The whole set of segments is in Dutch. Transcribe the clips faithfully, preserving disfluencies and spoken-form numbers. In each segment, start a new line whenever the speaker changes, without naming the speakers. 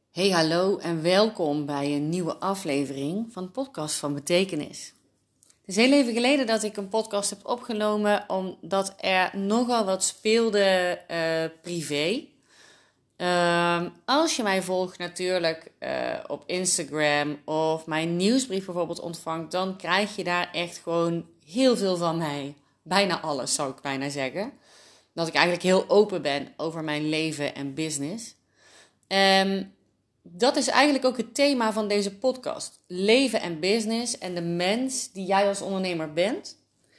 Hey, hallo en welkom bij een nieuwe aflevering van de podcast van Betekenis. Het is heel even geleden dat ik een podcast heb opgenomen, omdat er nogal wat speelde uh, privé. Uh, als je mij volgt natuurlijk uh, op Instagram of mijn nieuwsbrief bijvoorbeeld ontvangt, dan krijg je daar echt gewoon heel veel van mij. Bijna alles, zou ik bijna zeggen. Dat ik eigenlijk heel open ben over mijn leven en business. Um, Dat is eigenlijk ook het thema van deze podcast. Leven en business en de mens die jij als ondernemer bent.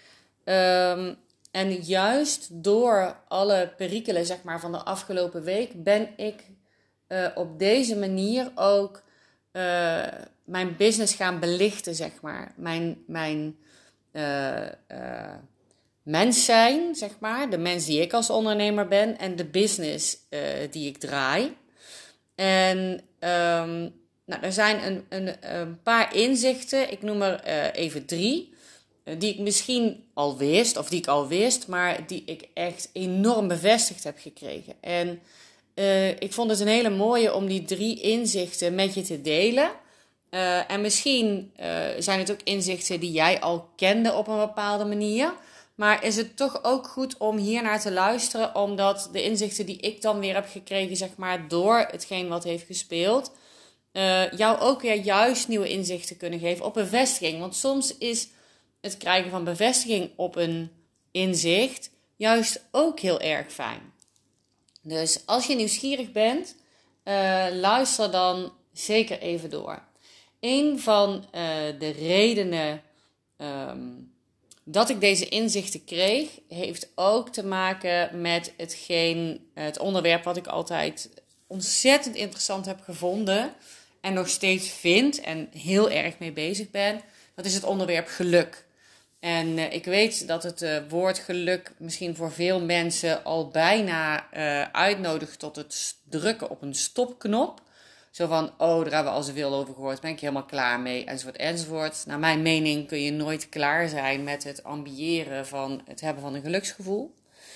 Um, en juist door alle perikelen zeg maar, van de afgelopen week ben ik uh, op deze manier ook uh, mijn business gaan belichten. Zeg maar. Mijn, mijn uh, uh, mens zijn, zeg maar. De mens die ik als ondernemer ben en de business uh, die ik draai. En um, nou, er zijn een, een, een paar inzichten, ik noem er uh, even drie, uh, die ik misschien al wist, of die ik al wist, maar die ik echt enorm bevestigd heb gekregen. En uh, ik vond het een hele mooie om die drie inzichten met je te delen. Uh, en misschien uh, zijn het ook inzichten die jij al kende op een bepaalde manier. Maar is het toch ook goed om hier naar te luisteren, omdat de inzichten die ik dan weer heb gekregen, zeg maar, door hetgeen wat heeft gespeeld, uh, jou ook weer juist nieuwe inzichten kunnen geven op bevestiging. Want soms is het krijgen van bevestiging op een inzicht juist ook heel erg fijn. Dus als je nieuwsgierig bent, uh, luister dan zeker even door. Een van uh, de redenen Um, dat ik deze inzichten kreeg, heeft ook te maken met hetgeen, het onderwerp wat ik altijd ontzettend interessant heb gevonden en nog steeds vind en heel erg mee bezig ben. Dat is het onderwerp geluk. En uh, ik weet dat het uh, woord geluk misschien voor veel mensen al bijna uh, uitnodigt tot het drukken op een stopknop. Zo van, oh, daar hebben we al zoveel over gehoord, ben ik helemaal klaar mee, enzovoort, enzovoort. Naar mijn mening kun je nooit klaar zijn met het ambiëren van het hebben van een geluksgevoel.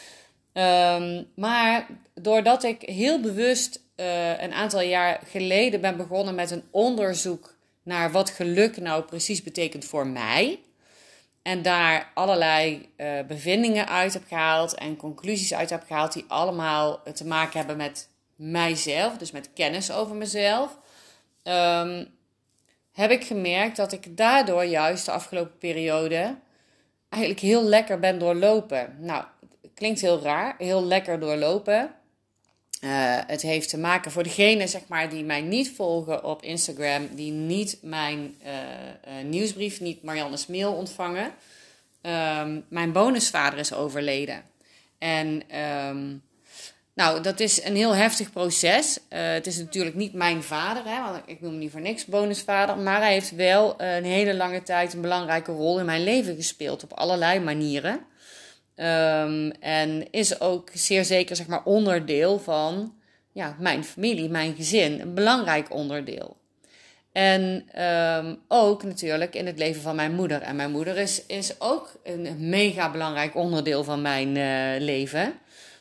Um, maar doordat ik heel bewust uh, een aantal jaar geleden ben begonnen met een onderzoek naar wat geluk nou precies betekent voor mij, en daar allerlei uh, bevindingen uit heb gehaald en conclusies uit heb gehaald die allemaal te maken hebben met mijzelf, dus met kennis over mezelf, um, heb ik gemerkt dat ik daardoor juist de afgelopen periode eigenlijk heel lekker ben doorlopen. Nou, het klinkt heel raar, heel lekker doorlopen. Uh, het heeft te maken voor degenen zeg maar, die mij niet volgen op Instagram, die niet mijn uh, uh, nieuwsbrief, niet Marianne's mail ontvangen. Um, mijn bonusvader is overleden. En um, nou, dat is een heel heftig proces. Uh, het is natuurlijk niet mijn vader, hè, want ik noem hem niet voor niks bonusvader. Maar hij heeft wel uh, een hele lange tijd een belangrijke rol in mijn leven gespeeld op allerlei manieren. Um, en is ook zeer zeker zeg maar, onderdeel van ja, mijn familie, mijn gezin. Een belangrijk onderdeel. En um, ook natuurlijk in het leven van mijn moeder. En mijn moeder is, is ook een mega belangrijk onderdeel van mijn uh, leven.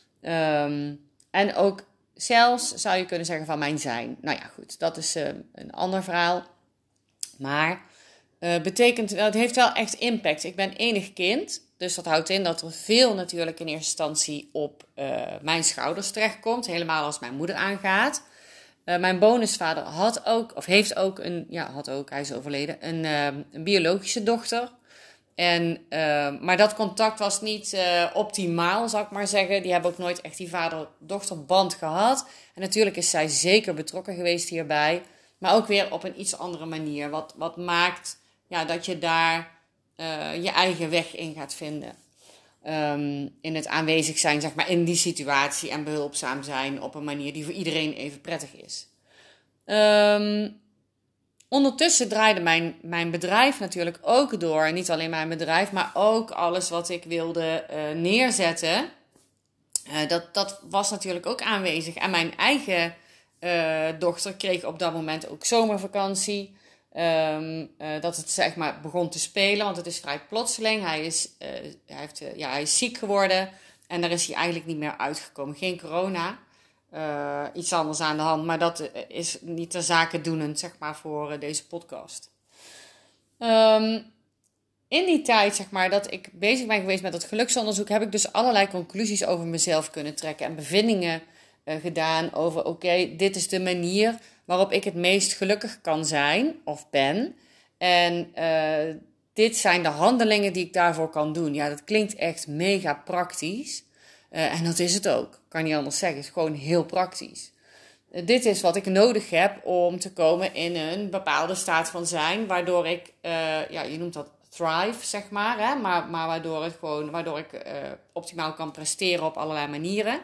Um, en ook zelfs zou je kunnen zeggen van mijn zijn. Nou ja, goed, dat is uh, een ander verhaal. Maar uh, betekent wel, het heeft wel echt impact. Ik ben enig kind, dus dat houdt in dat er veel natuurlijk in eerste instantie op uh, mijn schouders terechtkomt. Helemaal als mijn moeder aangaat. Uh, mijn bonusvader had ook, of heeft ook een, ja, had ook, hij is overleden, een, uh, een biologische dochter. En, uh, maar dat contact was niet uh, optimaal, zou ik maar zeggen. Die hebben ook nooit echt die vader-dochterband gehad. En natuurlijk is zij zeker betrokken geweest hierbij. Maar ook weer op een iets andere manier. Wat, wat maakt ja, dat je daar uh, je eigen weg in gaat vinden. Um, in het aanwezig zijn, zeg maar, in die situatie. En behulpzaam zijn op een manier die voor iedereen even prettig is. Um, Ondertussen draaide mijn, mijn bedrijf natuurlijk ook door. Niet alleen mijn bedrijf, maar ook alles wat ik wilde uh, neerzetten. Uh, dat, dat was natuurlijk ook aanwezig. En mijn eigen uh, dochter kreeg op dat moment ook zomervakantie. Um, uh, dat het zeg maar begon te spelen, want het is vrij plotseling. Hij is, uh, hij heeft, uh, ja, hij is ziek geworden en daar is hij eigenlijk niet meer uitgekomen. Geen corona. uh, iets anders aan de hand. Maar dat is niet ter zake doenend, zeg maar, voor uh, deze podcast. Um, in die tijd, zeg maar, dat ik bezig ben geweest met dat geluksonderzoek, heb ik dus allerlei conclusies over mezelf kunnen trekken en bevindingen uh, gedaan over, oké, okay, dit is de manier waarop ik het meest gelukkig kan zijn of ben. En uh, dit zijn de handelingen die ik daarvoor kan doen. Ja, dat klinkt echt mega praktisch. Uh, en dat is het ook. Kan niet anders zeggen. Het is gewoon heel praktisch. Uh, dit is wat ik nodig heb om te komen in een bepaalde staat van zijn. Waardoor ik, uh, ja, je noemt dat thrive, zeg maar. Hè? Maar, maar waardoor, het gewoon, waardoor ik uh, optimaal kan presteren op allerlei manieren.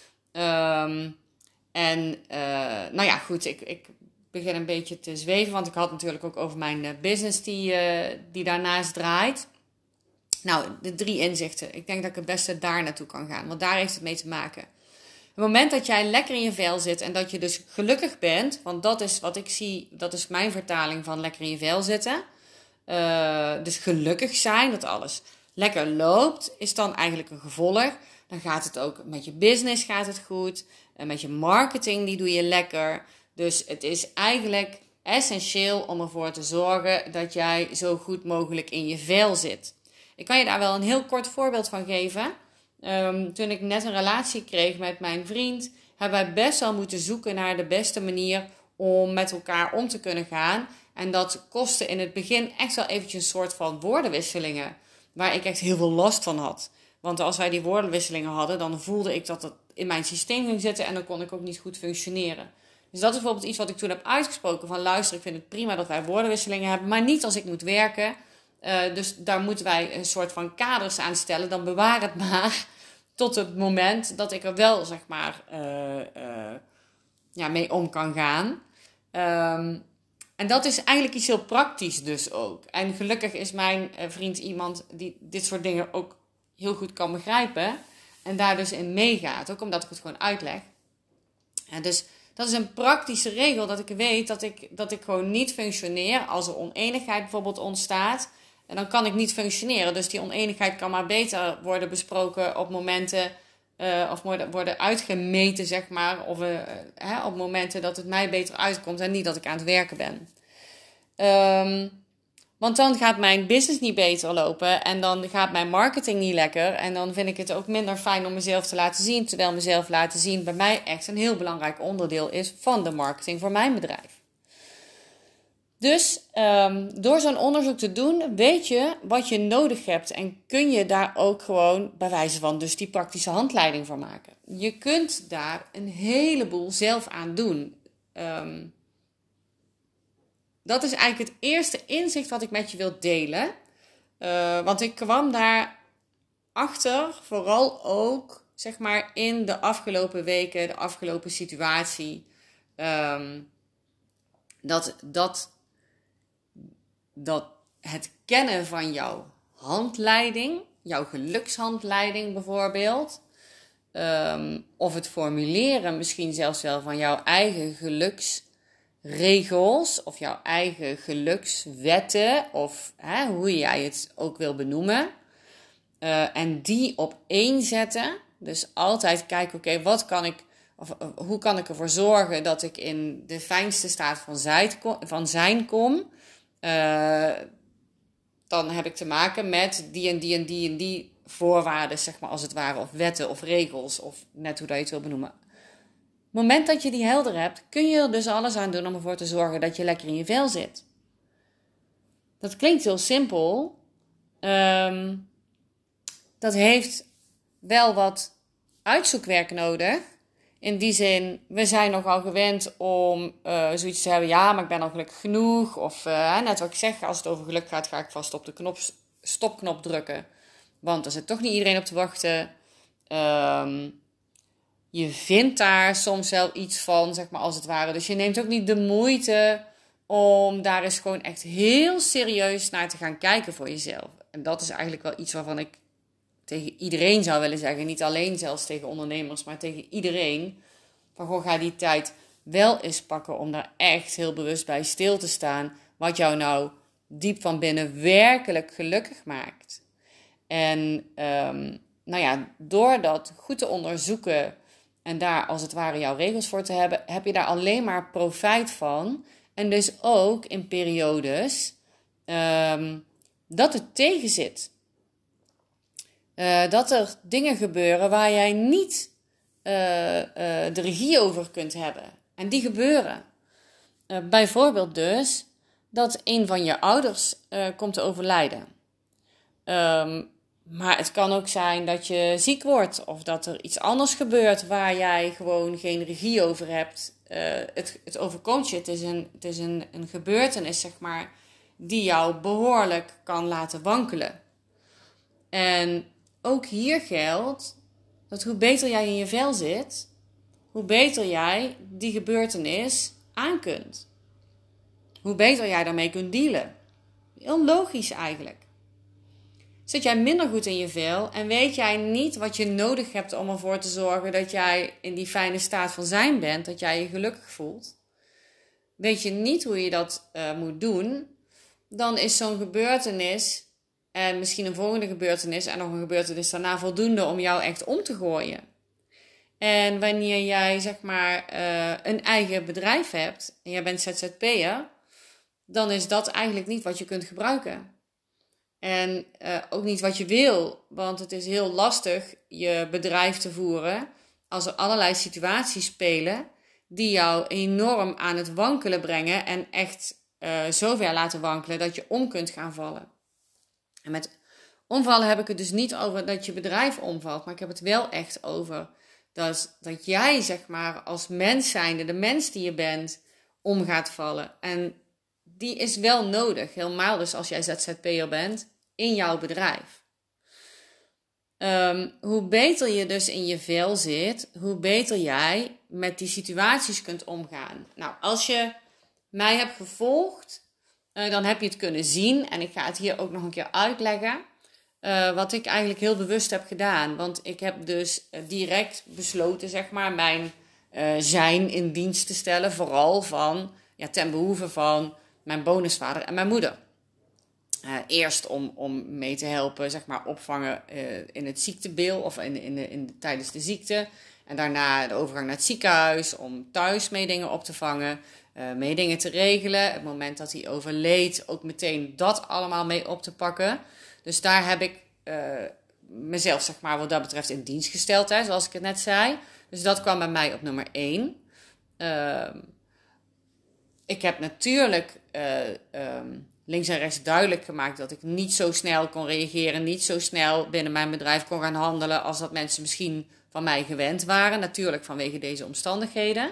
Um, en uh, nou ja, goed. Ik, ik begin een beetje te zweven. Want ik had natuurlijk ook over mijn uh, business die, uh, die daarnaast draait. Nou, de drie inzichten. Ik denk dat ik het beste daar naartoe kan gaan. Want daar heeft het mee te maken. Het moment dat jij lekker in je vel zit en dat je dus gelukkig bent. Want dat is wat ik zie, dat is mijn vertaling van lekker in je vel zitten. Uh, dus gelukkig zijn, dat alles lekker loopt, is dan eigenlijk een gevolg. Dan gaat het ook met je business gaat het goed. En met je marketing, die doe je lekker. Dus het is eigenlijk essentieel om ervoor te zorgen dat jij zo goed mogelijk in je vel zit. Ik kan je daar wel een heel kort voorbeeld van geven. Um, toen ik net een relatie kreeg met mijn vriend, hebben wij best wel moeten zoeken naar de beste manier om met elkaar om te kunnen gaan. En dat kostte in het begin echt wel eventjes een soort van woordenwisselingen, waar ik echt heel veel last van had. Want als wij die woordenwisselingen hadden, dan voelde ik dat het in mijn systeem ging zitten en dan kon ik ook niet goed functioneren. Dus dat is bijvoorbeeld iets wat ik toen heb uitgesproken van luister, ik vind het prima dat wij woordenwisselingen hebben, maar niet als ik moet werken. Uh, dus daar moeten wij een soort van kaders aan stellen. Dan bewaar het maar tot het moment dat ik er wel, zeg maar, uh, uh, ja, mee om kan gaan. Um, en dat is eigenlijk iets heel praktisch dus ook. En gelukkig is mijn uh, vriend iemand die dit soort dingen ook heel goed kan begrijpen. En daar dus in meegaat. Ook omdat ik het gewoon uitleg. En dus dat is een praktische regel dat ik weet dat ik, dat ik gewoon niet functioneer als er oneenigheid bijvoorbeeld ontstaat. En dan kan ik niet functioneren. Dus die oneenigheid kan maar beter worden besproken op momenten, uh, of worden, worden uitgemeten, zeg maar. Of uh, hè, op momenten dat het mij beter uitkomt en niet dat ik aan het werken ben. Um, want dan gaat mijn business niet beter lopen en dan gaat mijn marketing niet lekker. En dan vind ik het ook minder fijn om mezelf te laten zien. Terwijl mezelf laten zien bij mij echt een heel belangrijk onderdeel is van de marketing voor mijn bedrijf. Dus um, door zo'n onderzoek te doen, weet je wat je nodig hebt. En kun je daar ook gewoon bij wijze van dus die praktische handleiding voor maken. Je kunt daar een heleboel zelf aan doen. Um, dat is eigenlijk het eerste inzicht wat ik met je wil delen. Uh, want ik kwam daar achter, vooral ook zeg maar in de afgelopen weken, de afgelopen situatie. Um, dat dat... dat het kennen van jouw handleiding, jouw gelukshandleiding bijvoorbeeld, um, of het formuleren misschien zelfs wel van jouw eigen geluksregels, of jouw eigen gelukswetten, of hè, hoe jij het ook wil benoemen, uh, en die opeenzetten. Dus altijd kijken, oké, okay, wat kan ik, of, of hoe kan ik ervoor zorgen dat ik in de fijnste staat van zijn, van zijn kom. Uh, dan heb ik te maken met die en die en die en die voorwaarden, zeg maar als het ware, of wetten of regels, of net hoe dat je het wil benoemen. Op het moment dat je die helder hebt, kun je er dus alles aan doen om ervoor te zorgen dat je lekker in je vel zit. Dat klinkt heel simpel. Um, dat heeft wel wat uitzoekwerk nodig. In die zin, we zijn nogal gewend om uh, zoiets te hebben. Ja, maar ik ben al gelukkig genoeg. Of uh, net wat ik zeg, als het over geluk gaat, ga ik vast op de knop, stopknop drukken. Want er zit toch niet iedereen op te wachten. Um, je vindt daar soms wel iets van, zeg maar als het ware. Dus je neemt ook niet de moeite om daar eens gewoon echt heel serieus naar te gaan kijken voor jezelf. En dat is eigenlijk wel iets waarvan ik tegen iedereen zou willen zeggen. Niet alleen zelfs tegen ondernemers, maar tegen iedereen. Van goh, ga die tijd wel eens pakken om daar echt heel bewust bij stil te staan. Wat jou nou diep van binnen werkelijk gelukkig maakt. En um, nou ja, door dat goed te onderzoeken en daar als het ware jouw regels voor te hebben, heb je daar alleen maar profijt van. En dus ook in periodes um, dat het tegen zit. Uh, dat er dingen gebeuren waar jij niet uh, uh, de regie over kunt hebben. En die gebeuren. Uh, bijvoorbeeld dus dat een van je ouders uh, komt te overlijden. Um, maar het kan ook zijn dat je ziek wordt of dat er iets anders gebeurt waar jij gewoon geen regie over hebt. Uh, het, het overkomt je. Het is, een, het is een, een gebeurtenis, zeg maar, die jou behoorlijk kan laten wankelen. En ook hier geldt dat hoe beter jij in je vel zit, hoe beter jij die gebeurtenis aan kunt. Hoe beter jij daarmee kunt dealen. Heel logisch eigenlijk. Zit jij minder goed in je vel en weet jij niet wat je nodig hebt om ervoor te zorgen dat jij in die fijne staat van zijn bent, dat jij je gelukkig voelt, weet je niet hoe je dat uh, moet doen, dan is zo'n gebeurtenis en misschien een volgende gebeurtenis en nog een gebeurtenis daarna voldoende om jou echt om te gooien. En wanneer jij zeg maar uh, een eigen bedrijf hebt en jij bent Z Z P'er, dan is dat eigenlijk niet wat je kunt gebruiken. En uh, ook niet wat je wil, want het is heel lastig je bedrijf te voeren als er allerlei situaties spelen die jou enorm aan het wankelen brengen en echt uh, zover laten wankelen dat je om kunt gaan vallen. En met omvallen heb ik het dus niet over dat je bedrijf omvalt, maar ik heb het wel echt over dat, dat jij zeg maar als mens zijnde, de mens die je bent, om gaat vallen. En die is wel nodig, helemaal dus als jij Z Z P'er bent, in jouw bedrijf. Um, hoe beter je dus in je vel zit, hoe beter jij met die situaties kunt omgaan. Nou, als je mij hebt gevolgd, uh, dan heb je het kunnen zien. En ik ga het hier ook nog een keer uitleggen. Uh, wat ik eigenlijk heel bewust heb gedaan. Want ik heb dus uh, direct besloten, zeg maar, mijn uh, zijn in dienst te stellen. Vooral van, ja, ten behoeve van mijn bonusvader en mijn moeder. Uh, eerst om, om mee te helpen, zeg maar, opvangen uh, in het ziektebeeld of in, in de, in de, tijdens de ziekte. En daarna de overgang naar het ziekenhuis om thuis mee dingen op te vangen, uh, mee dingen te regelen. Het moment dat hij overleed, ook meteen dat allemaal mee op te pakken. Dus daar heb ik uh, mezelf, zeg maar, wat dat betreft in dienst gesteld, hè, zoals ik het net zei. Dus dat kwam bij mij op nummer één. Uh, ik heb natuurlijk Uh, um, links en rechts duidelijk gemaakt dat ik niet zo snel kon reageren, niet zo snel binnen mijn bedrijf kon gaan handelen als dat mensen misschien van mij gewend waren. Natuurlijk vanwege deze omstandigheden.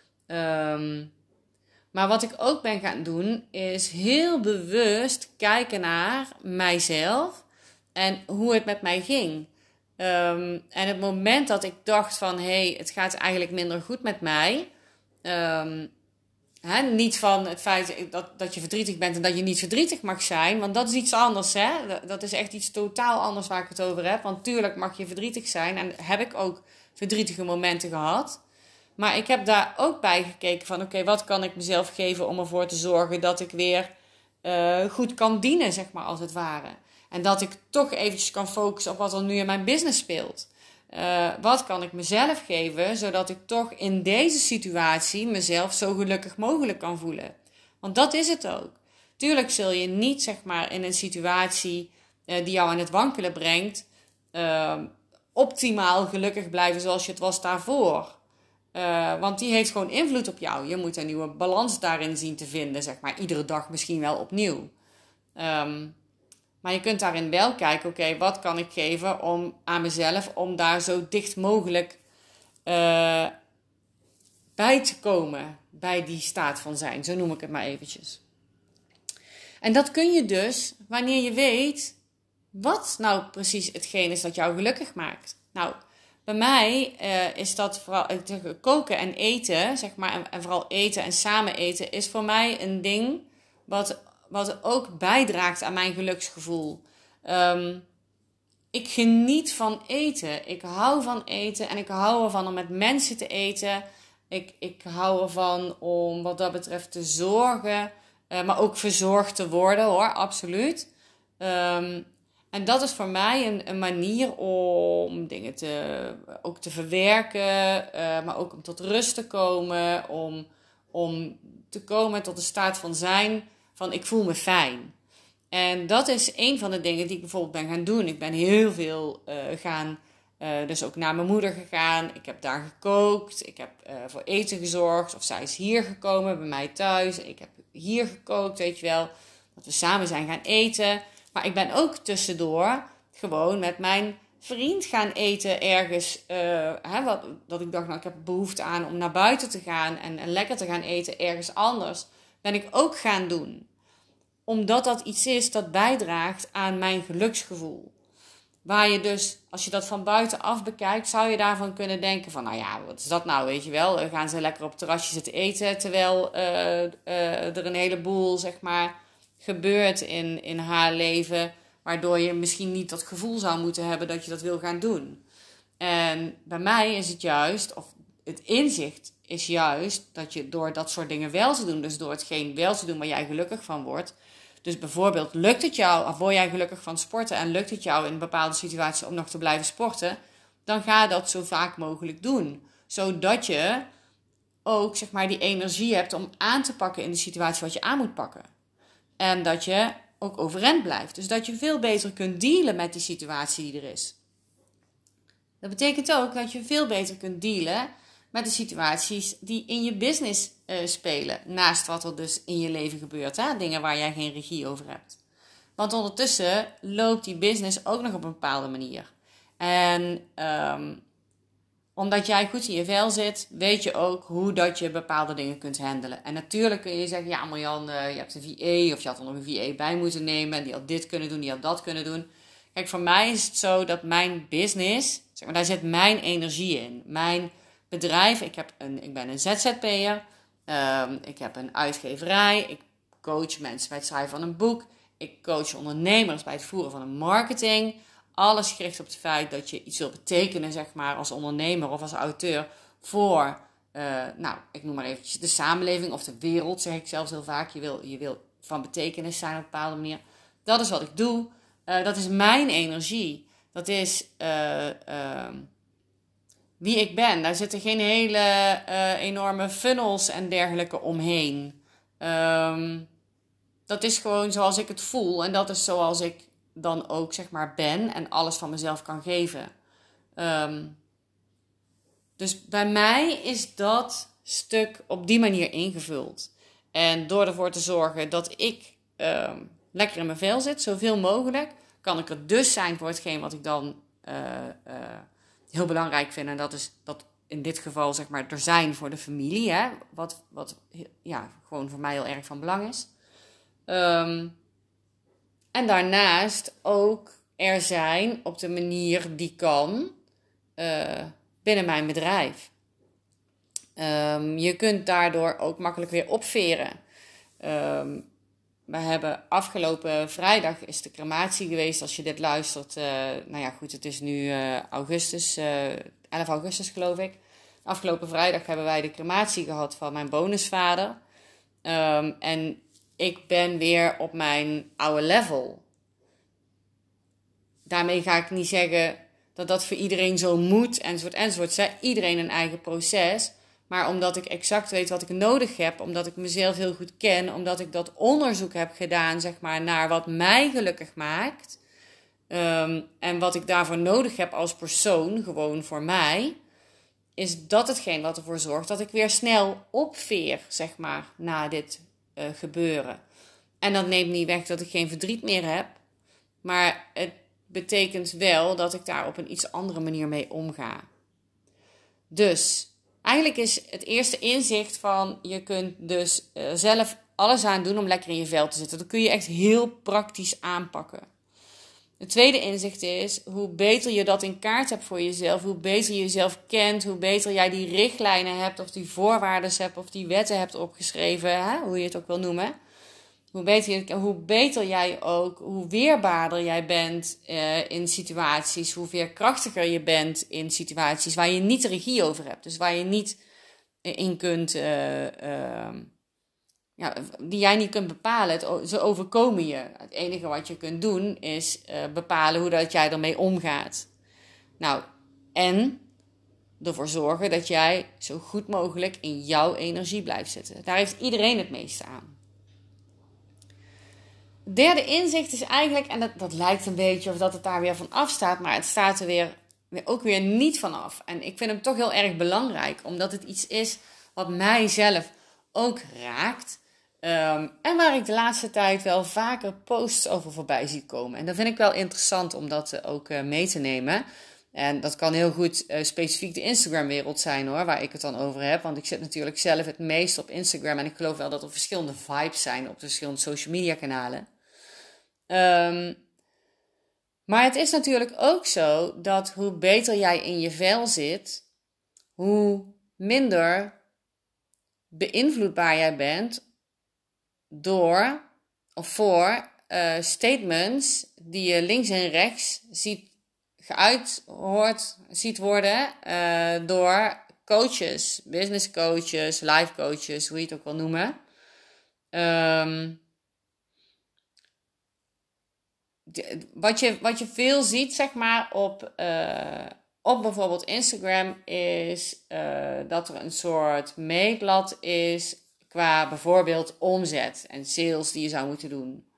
Um, maar wat ik ook ben gaan doen, is heel bewust kijken naar mijzelf en hoe het met mij ging. Um, en het moment dat ik dacht van, hé, hey, het gaat eigenlijk minder goed met mij. Um, He, niet van het feit dat, dat je verdrietig bent en dat je niet verdrietig mag zijn. Want dat is iets anders. Hè? Dat is echt iets totaal anders waar ik het over heb. Want tuurlijk mag je verdrietig zijn. En heb ik ook verdrietige momenten gehad. Maar ik heb daar ook bij gekeken van, oké, okay, wat kan ik mezelf geven om ervoor te zorgen dat ik weer uh, goed kan dienen, zeg maar, als het ware. En dat ik toch eventjes kan focussen op wat er nu in mijn business speelt. Uh, wat kan ik mezelf geven, zodat ik toch in deze situatie mezelf zo gelukkig mogelijk kan voelen. Want dat is het ook. Tuurlijk zul je niet, zeg maar, in een situatie uh, die jou aan het wankelen brengt, uh, optimaal gelukkig blijven zoals je het was daarvoor. Uh, want die heeft gewoon invloed op jou. Je moet een nieuwe balans daarin zien te vinden, zeg maar, iedere dag misschien wel opnieuw. Um, Maar je kunt daarin wel kijken, oké, okay, wat kan ik geven om, aan mezelf om daar zo dicht mogelijk uh, bij te komen, bij die staat van zijn. Zo noem ik het maar eventjes. En dat kun je dus wanneer je weet wat nou precies hetgeen is dat jou gelukkig maakt. Nou, bij mij uh, is dat vooral uh, koken en eten, zeg maar, en, en vooral eten en samen eten, is voor mij een ding wat... Wat ook bijdraagt aan mijn geluksgevoel. Um, ik geniet van eten. Ik hou van eten en ik hou ervan om met mensen te eten. Ik, ik hou ervan om wat dat betreft te zorgen. Uh, maar ook verzorgd te worden, hoor, absoluut. Um, En dat is voor mij een, een manier om dingen te, ook te verwerken, uh, maar ook om tot rust te komen, om, om te komen tot een staat van zijn van ik voel me fijn. En dat is een van de dingen die ik bijvoorbeeld ben gaan doen. Ik ben heel veel uh, gaan, uh, dus ook naar mijn moeder gegaan. Ik heb daar gekookt, ik heb uh, voor eten gezorgd. Of zij is hier gekomen bij mij thuis. Ik heb hier gekookt, weet je wel. Dat we samen zijn gaan eten. Maar ik ben ook tussendoor gewoon met mijn vriend gaan eten ergens. Uh, hè, wat, dat ik dacht, nou ik heb behoefte aan om naar buiten te gaan en, en lekker te gaan eten ergens anders. Ben ik ook gaan doen. Omdat dat iets is dat bijdraagt aan mijn geluksgevoel. Waar je dus, als je dat van buitenaf bekijkt, zou je daarvan kunnen denken van, nou ja, wat is dat nou, weet je wel? Dan gaan ze lekker op het terrasje zitten eten, terwijl uh, uh, er een heleboel, zeg maar, gebeurt in, in haar leven, waardoor je misschien niet dat gevoel zou moeten hebben dat je dat wil gaan doen. En bij mij is het juist, of het inzicht is juist, dat je door dat soort dingen wel te doen, dus door hetgeen wel te doen waar jij gelukkig van wordt. Dus bijvoorbeeld, lukt het jou, of word jij gelukkig van sporten en lukt het jou in een bepaalde situatie om nog te blijven sporten, dan ga dat zo vaak mogelijk doen. Zodat je ook, zeg maar, die energie hebt om aan te pakken in de situatie wat je aan moet pakken. En dat je ook overeind blijft. Dus dat je veel beter kunt dealen met die situatie die er is. Dat betekent ook dat je veel beter kunt dealen met de situaties die in je business uh, spelen. Naast wat er dus in je leven gebeurt. Hè? Dingen waar jij geen regie over hebt. Want ondertussen loopt die business ook nog op een bepaalde manier. En um, omdat jij goed in je vel zit, weet je ook hoe dat je bepaalde dingen kunt handelen. En natuurlijk kun je zeggen, ja Marjan, uh, je hebt een V A of je had er nog een V A bij moeten nemen. En die had dit kunnen doen, die had dat kunnen doen. Kijk, voor mij is het zo dat mijn business, zeg maar, daar zit mijn energie in. Mijn bedrijf, ik, heb een, ik ben een Z Z P'er, um, ik heb een uitgeverij, ik coach mensen bij het schrijven van een boek. Ik coach ondernemers bij het voeren van een marketing. Alles gericht op het feit dat je iets wil betekenen, zeg maar, als ondernemer of als auteur voor, uh, nou, ik noem maar eventjes de samenleving of de wereld, zeg ik zelfs heel vaak. Je wil, je wil van betekenis zijn op een bepaalde manier. Dat is wat ik doe. Uh, dat is mijn energie. Dat is uh, uh, wie ik ben. Daar zitten geen hele uh, enorme funnels en dergelijke omheen. Um, dat is gewoon zoals ik het voel. En dat is zoals ik dan ook, zeg maar, ben en alles van mezelf kan geven. Um, dus bij mij is dat stuk op die manier ingevuld. En door ervoor te zorgen dat ik um, lekker in mijn vel zit, zoveel mogelijk, kan ik er dus zijn voor hetgeen wat ik dan uh, uh, heel belangrijk vind. En dat is dat in dit geval, zeg maar, er zijn voor de familie. Hè? Wat, wat ja, gewoon voor mij heel erg van belang is. Um, en daarnaast ook er zijn op de manier die kan uh, binnen mijn bedrijf. Um, je kunt daardoor ook makkelijk weer opveren. Um, we hebben afgelopen vrijdag is de crematie geweest. Als je dit luistert, uh, nou ja goed, het is nu uh, augustus, uh, elf augustus geloof ik. Afgelopen vrijdag hebben wij de crematie gehad van mijn bonusvader. Um, en ik ben weer op mijn oude level. Daarmee ga ik niet zeggen dat dat voor iedereen zo moet, enzovoort, enzovoort. Hè? Iedereen een eigen proces. Maar omdat ik exact weet wat ik nodig heb, omdat ik mezelf heel goed ken, omdat ik dat onderzoek heb gedaan, zeg maar, naar wat mij gelukkig maakt. Um, en wat ik daarvoor nodig heb als persoon, gewoon voor mij, is dat hetgeen wat ervoor zorgt dat ik weer snel opveer, zeg maar, na dit uh, gebeuren. En dat neemt niet weg dat ik geen verdriet meer heb, maar het betekent wel dat ik daar op een iets andere manier mee omga. Dus eigenlijk is het eerste inzicht van je kunt dus uh, zelf alles aan doen om lekker in je vel te zitten. Dat kun je echt heel praktisch aanpakken. Het tweede inzicht is, hoe beter je dat in kaart hebt voor jezelf, hoe beter je jezelf kent, hoe beter jij die richtlijnen hebt of die voorwaarden hebt of die wetten hebt opgeschreven, hè? Hoe je het ook wil noemen. Hoe beter, je, hoe beter jij ook, hoe weerbaarder jij bent uh, in situaties, hoe veerkrachtiger je bent in situaties waar je niet de regie over hebt. Dus waar je niet in kunt, uh, uh, ja, die jij niet kunt bepalen. Het, ze overkomen je. Het enige wat je kunt doen is uh, bepalen hoe dat jij ermee omgaat. Nou, en ervoor zorgen dat jij zo goed mogelijk in jouw energie blijft zitten. Daar heeft iedereen het meeste aan. Het derde inzicht is eigenlijk, en dat, dat lijkt een beetje of dat het daar weer van af staat, maar het staat er weer, weer ook weer niet van af. En ik vind hem toch heel erg belangrijk, omdat het iets is wat mijzelf ook raakt. Um, en waar ik de laatste tijd wel vaker posts over voorbij zie komen. En dat vind ik wel interessant om dat ook uh, mee te nemen. En dat kan heel goed uh, specifiek de Instagram-wereld zijn hoor, waar ik het dan over heb. Want ik zit natuurlijk zelf het meest op Instagram. En ik geloof wel dat er verschillende vibes zijn op de verschillende social media kanalen. Um, maar het is natuurlijk ook zo dat hoe beter jij in je vel zit, hoe minder beïnvloedbaar jij bent door of voor uh, statements die je links en rechts ziet geuit hoort, ziet worden uh, door coaches, business coaches, life coaches, hoe je het ook wil noemen. Um, de, wat, je, wat je veel ziet, zeg maar, op, uh, op bijvoorbeeld Instagram, is uh, dat er een soort meetlat is qua bijvoorbeeld omzet en sales die je zou moeten doen.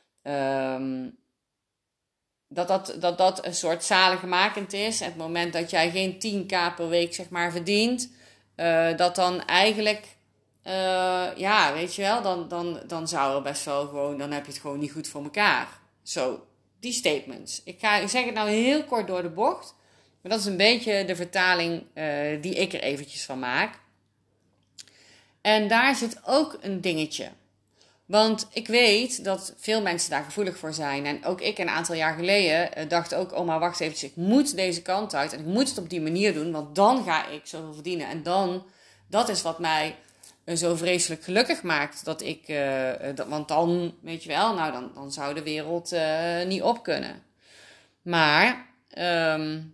Um, Dat dat, dat dat een soort zaligmakend is. En het moment dat jij geen tien k per week zeg maar verdient. Uh, dat dan eigenlijk. Uh, ja, weet je wel. Dan, dan, dan zou er best wel gewoon. Dan heb je het gewoon niet goed voor elkaar. Zo, die statements. Ik, ga, ik zeg het nou heel kort door de bocht. Maar dat is een beetje de vertaling uh, die ik er eventjes van maak. En daar zit ook een dingetje. Want ik weet dat veel mensen daar gevoelig voor zijn. En ook ik een aantal jaar geleden uh, dacht ook, oh maar wacht even, ik moet deze kant uit. En ik moet het op die manier doen, want dan ga ik zoveel verdienen. En dan, dat is wat mij uh, zo vreselijk gelukkig maakt. Dat ik, uh, uh, dat, want dan, weet je wel, nou dan, dan zou de wereld uh, niet op kunnen. Maar, um,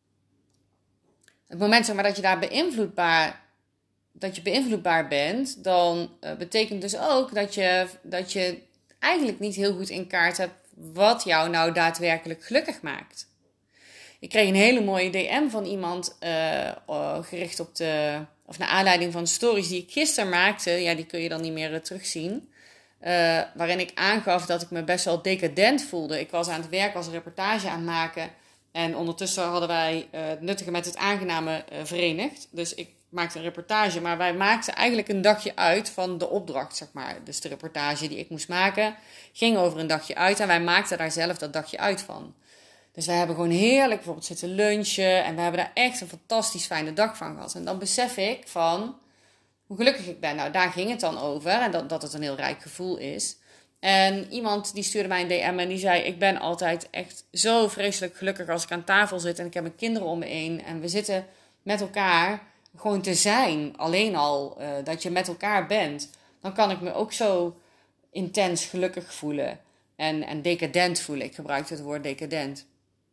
het moment zeg maar dat je daar beïnvloedbaar dat je beïnvloedbaar bent, dan uh, betekent dus ook dat je, dat je eigenlijk niet heel goed in kaart hebt wat jou nou daadwerkelijk gelukkig maakt. Ik kreeg een hele mooie D M van iemand uh, uh, gericht op de, of naar aanleiding van de stories die ik gisteren maakte. Ja, die kun je dan niet meer uh, terugzien. Uh, waarin ik aangaf dat ik me best wel decadent voelde. Ik was aan het werk, was een reportage aan het maken. En ondertussen hadden wij uh, het nuttige met het aangename uh, verenigd. Dus ik maakte een reportage, maar wij maakten eigenlijk een dagje uit van de opdracht, zeg maar. Dus de reportage die ik moest maken, ging over een dagje uit en wij maakten daar zelf dat dagje uit van. Dus wij hebben gewoon heerlijk bijvoorbeeld zitten lunchen en we hebben daar echt een fantastisch fijne dag van gehad. En dan besef ik van hoe gelukkig ik ben. Nou, daar ging het dan over en dat, dat het een heel rijk gevoel is. En iemand die stuurde mij een D M en die zei, ik ben altijd echt zo vreselijk gelukkig als ik aan tafel zit en ik heb mijn kinderen om me heen en we zitten met elkaar gewoon te zijn, alleen al uh, dat je met elkaar bent, dan kan ik me ook zo intens gelukkig voelen en, en decadent voelen. Ik gebruik het woord decadent.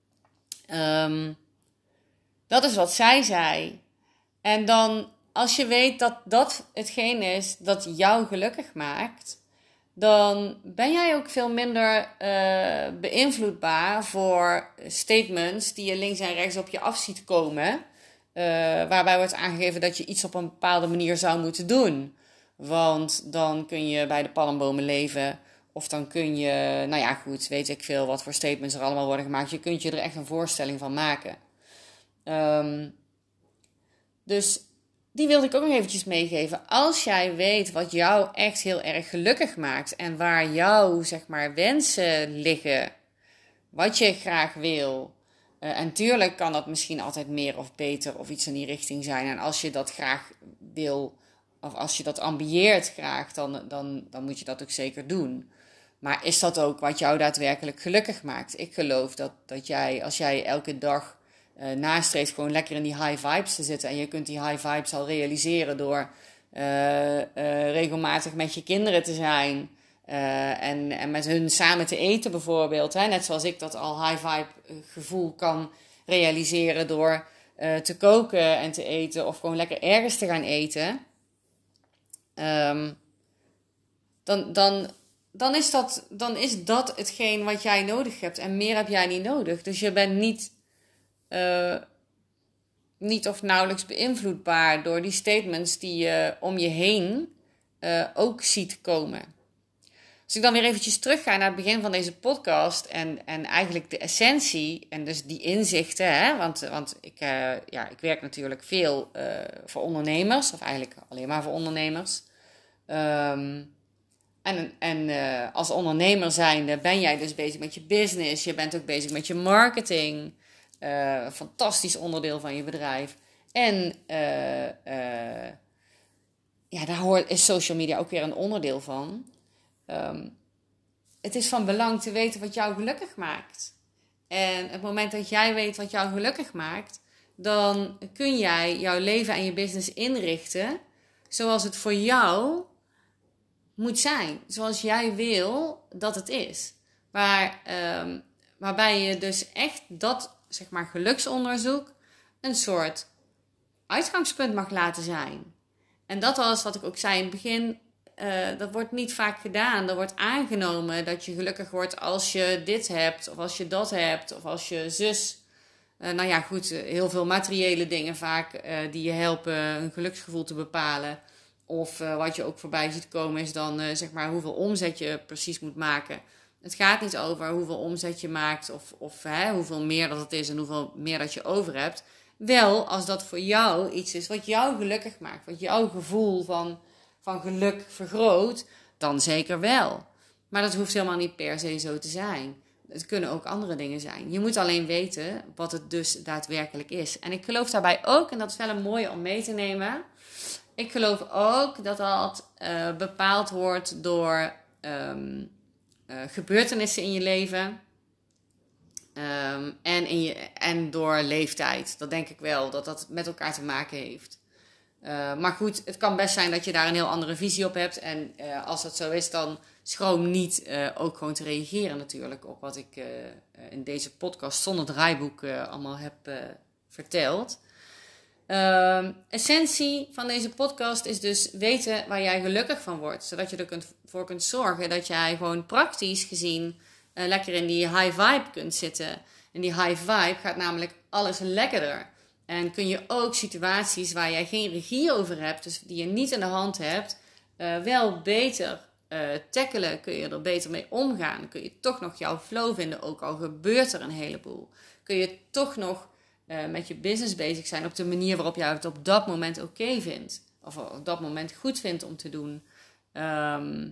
Um, dat is wat zij zei. En dan, als je weet dat dat hetgeen is dat jou gelukkig maakt, dan ben jij ook veel minder uh, beïnvloedbaar voor statements die je links en rechts op je af ziet komen. Uh, waarbij wordt aangegeven dat je iets op een bepaalde manier zou moeten doen. Want dan kun je bij de palmbomen leven. Of dan kun je, nou ja goed, weet ik veel wat voor statements er allemaal worden gemaakt. Je kunt je er echt een voorstelling van maken. Um, dus die wilde ik ook nog eventjes meegeven. Als jij weet wat jou echt heel erg gelukkig maakt. En waar jouw, zeg maar, wensen liggen. Wat je graag wil. Uh, en tuurlijk kan dat misschien altijd meer of beter of iets in die richting zijn. En als je dat graag wil, of als je dat ambieert graag, dan, dan, dan moet je dat ook zeker doen. Maar is dat ook wat jou daadwerkelijk gelukkig maakt? Ik geloof dat, dat jij, als jij elke dag uh, nastreeft gewoon lekker in die high vibes te zitten. En je kunt die high vibes al realiseren door uh, uh, regelmatig met je kinderen te zijn. Uh, en, en met hun samen te eten bijvoorbeeld. Hè? Net zoals ik dat al high vibe gevoel kan realiseren door uh, te koken en te eten. Of gewoon lekker ergens te gaan eten. Um, dan, dan, dan, is dat, dan is dat hetgeen wat jij nodig hebt. En meer heb jij niet nodig. Dus je bent niet, uh, niet of nauwelijks beïnvloedbaar door die statements die je om je heen uh, ook ziet komen. Als ik dan weer eventjes terugga naar het begin van deze podcast en, en eigenlijk de essentie en dus die inzichten, hè, want, want ik, uh, ja, ik werk natuurlijk veel uh, voor ondernemers, of eigenlijk alleen maar voor ondernemers. Um, en en uh, als ondernemer zijnde ben jij dus bezig met je business, je bent ook bezig met je marketing, uh, een fantastisch onderdeel van je bedrijf. En uh, uh, ja, daar hoort, is social media ook weer een onderdeel van. Um, het is van belang te weten wat jou gelukkig maakt. En het moment dat jij weet wat jou gelukkig maakt, dan kun jij jouw leven en je business inrichten zoals het voor jou moet zijn. Zoals jij wil dat het is. Waar, um, waarbij je dus echt dat, zeg maar, geluksonderzoek een soort uitgangspunt mag laten zijn. En dat was wat ik ook zei in het begin. Uh, dat wordt niet vaak gedaan. Er wordt aangenomen dat je gelukkig wordt als je dit hebt, of als je dat hebt, of als je zus. Uh, nou ja, goed, heel veel materiële dingen vaak uh, die je helpen een geluksgevoel te bepalen. Of uh, wat je ook voorbij ziet komen is dan uh, zeg maar hoeveel omzet je precies moet maken. Het gaat niet over hoeveel omzet je maakt of, of hè, hoeveel meer dat het is en hoeveel meer dat je over hebt. Wel als dat voor jou iets is wat jou gelukkig maakt, wat jouw gevoel van... van geluk vergroot, dan zeker wel. Maar dat hoeft helemaal niet per se zo te zijn. Het kunnen ook andere dingen zijn. Je moet alleen weten wat het dus daadwerkelijk is. En ik geloof daarbij ook, en dat is wel een mooie om mee te nemen. Ik geloof ook dat dat uh, bepaald wordt door um, uh, gebeurtenissen in je leven. Um, en, in je, en door leeftijd. Dat denk ik wel, dat dat met elkaar te maken heeft. Uh, maar goed, het kan best zijn dat je daar een heel andere visie op hebt. En uh, als dat zo is, dan schroom niet uh, ook gewoon te reageren natuurlijk op wat ik uh, in deze podcast zonder draaiboek uh, allemaal heb uh, verteld. Uh, essentie van deze podcast is dus weten waar jij gelukkig van wordt. Zodat je er kunt, voor kunt zorgen dat jij gewoon praktisch gezien uh, lekker in die high vibe kunt zitten. En die high vibe gaat namelijk alles lekkerder. En kun je ook situaties waar jij geen regie over hebt, dus die je niet in de hand hebt, uh, wel beter uh, tackelen. Kun je er beter mee omgaan. Kun je toch nog jouw flow vinden, ook al gebeurt er een heleboel. Kun je toch nog uh, met je business bezig zijn op de manier waarop jij het op dat moment oké okay vindt. Of op dat moment goed vindt om te doen. Um,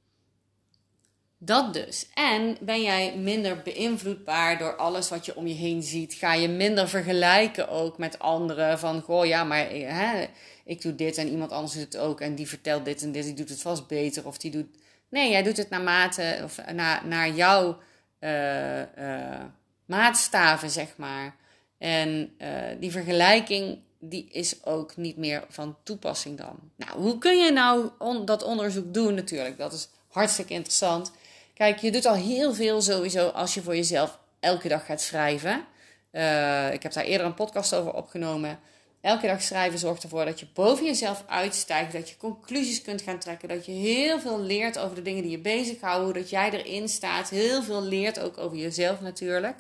Dat dus. En ben jij minder beïnvloedbaar door alles wat je om je heen ziet? Ga je minder vergelijken ook met anderen? Van, goh, ja, maar hè, ik doe dit en iemand anders doet het ook. En die vertelt dit en dit, die doet het vast beter. Of die doet... Nee, jij doet het naar mate, of na, naar jouw uh, uh, maatstaven, zeg maar. En uh, die vergelijking, die is ook niet meer van toepassing dan. Nou, hoe kun je nou on- dat onderzoek doen natuurlijk? Dat is hartstikke interessant. Kijk, je doet al heel veel sowieso als je voor jezelf elke dag gaat schrijven. Uh, ik heb daar eerder een podcast over opgenomen. Elke dag schrijven zorgt ervoor dat je boven jezelf uitstijgt. Dat je conclusies kunt gaan trekken. Dat je heel veel leert over de dingen die je bezighouden. Dat jij erin staat. Heel veel leert ook over jezelf natuurlijk.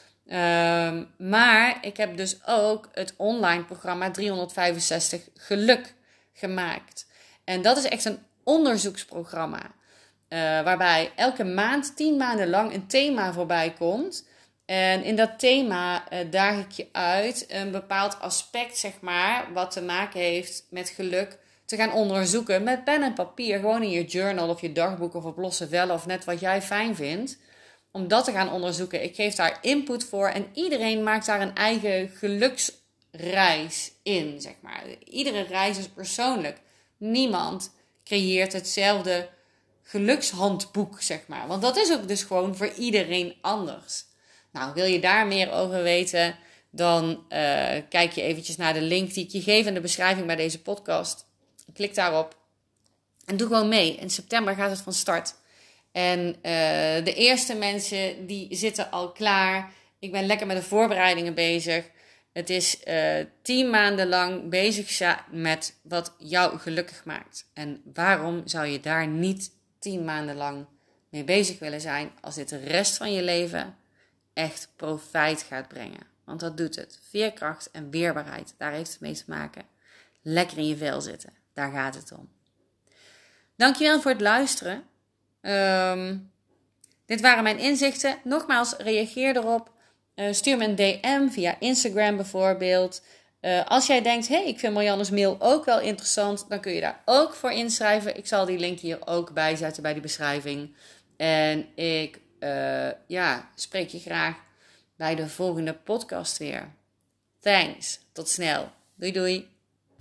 Uh, maar ik heb dus ook het online programma driehonderdvijfenzestig Geluk gemaakt. En dat is echt een onderzoeksprogramma. Uh, waarbij elke maand, tien maanden lang, een thema voorbij komt. En in dat thema uh, daag ik je uit een bepaald aspect, zeg maar, wat te maken heeft met geluk, te gaan onderzoeken met pen en papier. Gewoon in je journal of je dagboek of op losse vellen of net wat jij fijn vindt. Om dat te gaan onderzoeken. Ik geef daar input voor en iedereen maakt daar een eigen geluksreis in, zeg maar. Iedere reis is persoonlijk. Niemand creëert hetzelfde gelukshandboek, zeg maar. Want dat is ook dus gewoon voor iedereen anders. Nou, wil je daar meer over weten, dan uh, kijk je eventjes naar de link die ik je geef in de beschrijving bij deze podcast. Klik daarop en doe gewoon mee. In september gaat het van start. En uh, de eerste mensen die zitten al klaar. Ik ben lekker met de voorbereidingen bezig. Het is uh, tien maanden lang bezig met wat jou gelukkig maakt. En waarom zou je daar niet tien maanden lang mee bezig willen zijn als dit de rest van je leven echt profijt gaat brengen. Want dat doet het. Veerkracht en weerbaarheid, daar heeft het mee te maken. Lekker in je vel zitten, daar gaat het om. Dankjewel voor het luisteren. Um, dit waren mijn inzichten. Nogmaals, reageer erop. Uh, stuur me een D M via Instagram bijvoorbeeld. Uh, als jij denkt, hey, ik vind Marianne's mail ook wel interessant, dan kun je daar ook voor inschrijven. Ik zal die link hier ook bijzetten bij de beschrijving. En ik uh, ja, spreek je graag bij de volgende podcast weer. Thanks. Tot snel. Doei doei.